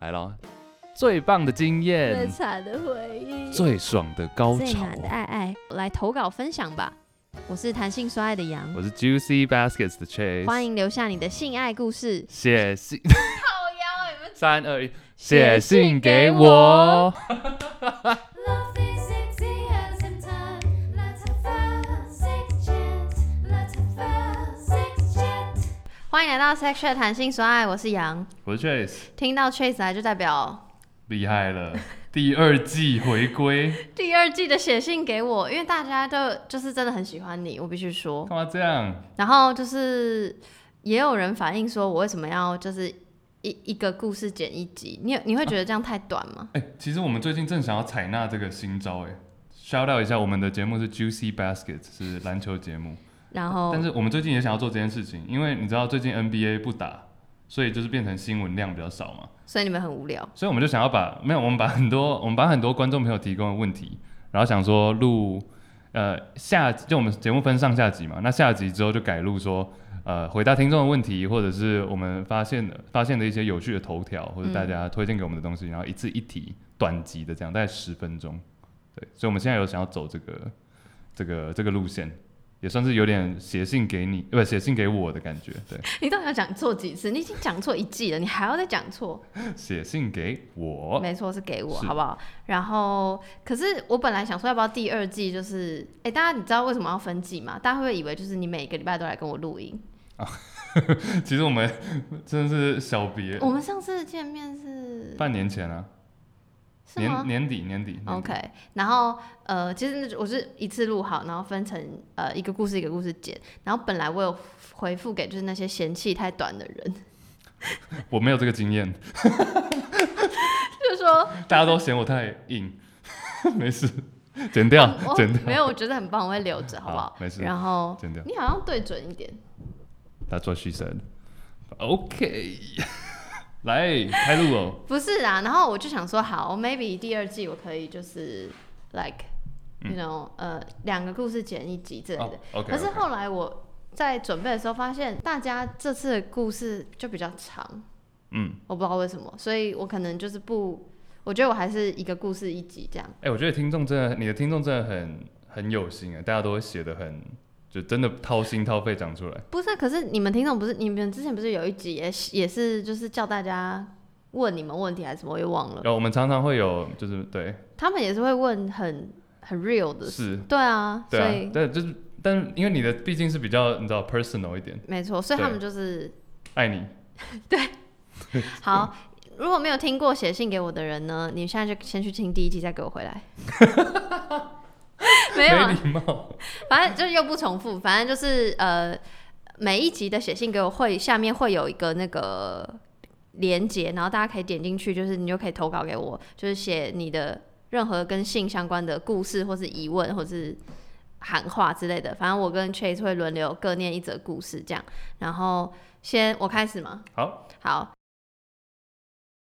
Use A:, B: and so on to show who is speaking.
A: 来咯，最棒的经验，
B: 最惨的回忆，
A: 最爽的高潮，
B: 最难的爱爱，来投稿分享吧。我是弹性说爱的杨，
A: 我是 Juicy Baskets 的 Chase，
B: 欢迎留下你的性爱故事。
A: 写信
B: 靠腰，你们
A: 3、2、1，写信给我。
B: 欢迎来到 Sex Chat 弹性说爱，我是杨，
A: 我是 Chase，
B: 听到 Chase 来就代表
A: 厉害了，第2季回归。
B: 第2季的写信给我，因为大家就是真的很喜欢你，我必须说。
A: 干嘛这样？
B: 然后就是也有人反映说，我为什么要就是一个故事剪1集？你会觉得这样太短吗？
A: 其实我们最近正想要采纳这个新招，shout out 一下，我们的节目是 Juicy Baskets， 是篮球节目。
B: 然后，
A: 但是我们最近也想要做这件事情，因为你知道最近 NBA 不打，所以就是变成新闻量比较少嘛。
B: 所以你们很无聊，
A: 所以我们就想要我们把很多观众朋友提供的问题，然后想说录就我们节目分上下集嘛，那下集之后就改录说回答听众的问题，或者是我们发现的一些有趣的头条，或者大家推荐给我们的东西，然后一次一题短集的这样，大概10分钟。对，所以我们现在有想要走这个路线。也算是有点写信给你，不写信给我的感觉。对，
B: 你到底要讲错几次？你已经讲错1季了，你还要再讲错？
A: 写信给我，
B: 没错，是给我，好不好？然后，可是我本来想说，要不要第2季就是，大家你知道为什么要分季吗？大家会不会以为就是你每个礼拜都来跟我录音？
A: 其实我们真的是小别。
B: 我们上次见面是
A: 半年前啊。年底
B: OK， 然后其实我是一次录好，然后分成一个故事一个故事剪，然后本来我有回复给就是那些嫌弃太短的人，
A: 我没有这个经验，
B: 就是说
A: 大家都嫌我太硬，没事，剪掉，
B: 没有，我觉得很棒，我会留着，好不好？
A: 没事，
B: 然后
A: 剪掉，
B: 你好像对准一点。
A: That's what she said. OK 。来开录哦。
B: 不是啊，然后我就想说，好 ，maybe 第2季我可以就是 like，you know， 2个故事剪1集之类的。
A: OK。
B: 可是后来我在准备的时候发现，大家这次的故事就比较长，我不知道为什么，所以我可能就是我觉得我还是一个故事1集这样。
A: 我觉得你的听众真的很有心大家都会写得很。就真的掏心掏肺讲出来。
B: 不是啊，可是你们听众不是你们之前不是有1集也是就是叫大家问你们问题还是什么，我也忘了。
A: 我们常常会有就是对，
B: 他们也是会问很 real 的事。对啊，
A: 对啊，
B: 所以
A: 对，就是但因为你的毕竟是比较你知道 personal 一点。
B: 没错，所以他们就是
A: 爱你。
B: 对，好，如果没有听过写信给我的人呢，你现在就先去听第1集，再给我回来。没有、啊，
A: 没礼貌。
B: 反正就是又不重复，反正就是每一集的写信给我下面会有一个那个连结，然后大家可以点进去，就是你就可以投稿给我，就是写你的任何跟性相关的故事，或是疑问，或是喊话之类的。反正我跟 Chase 会轮流各念1则故事这样。然后我开始吗？
A: 好。
B: 好，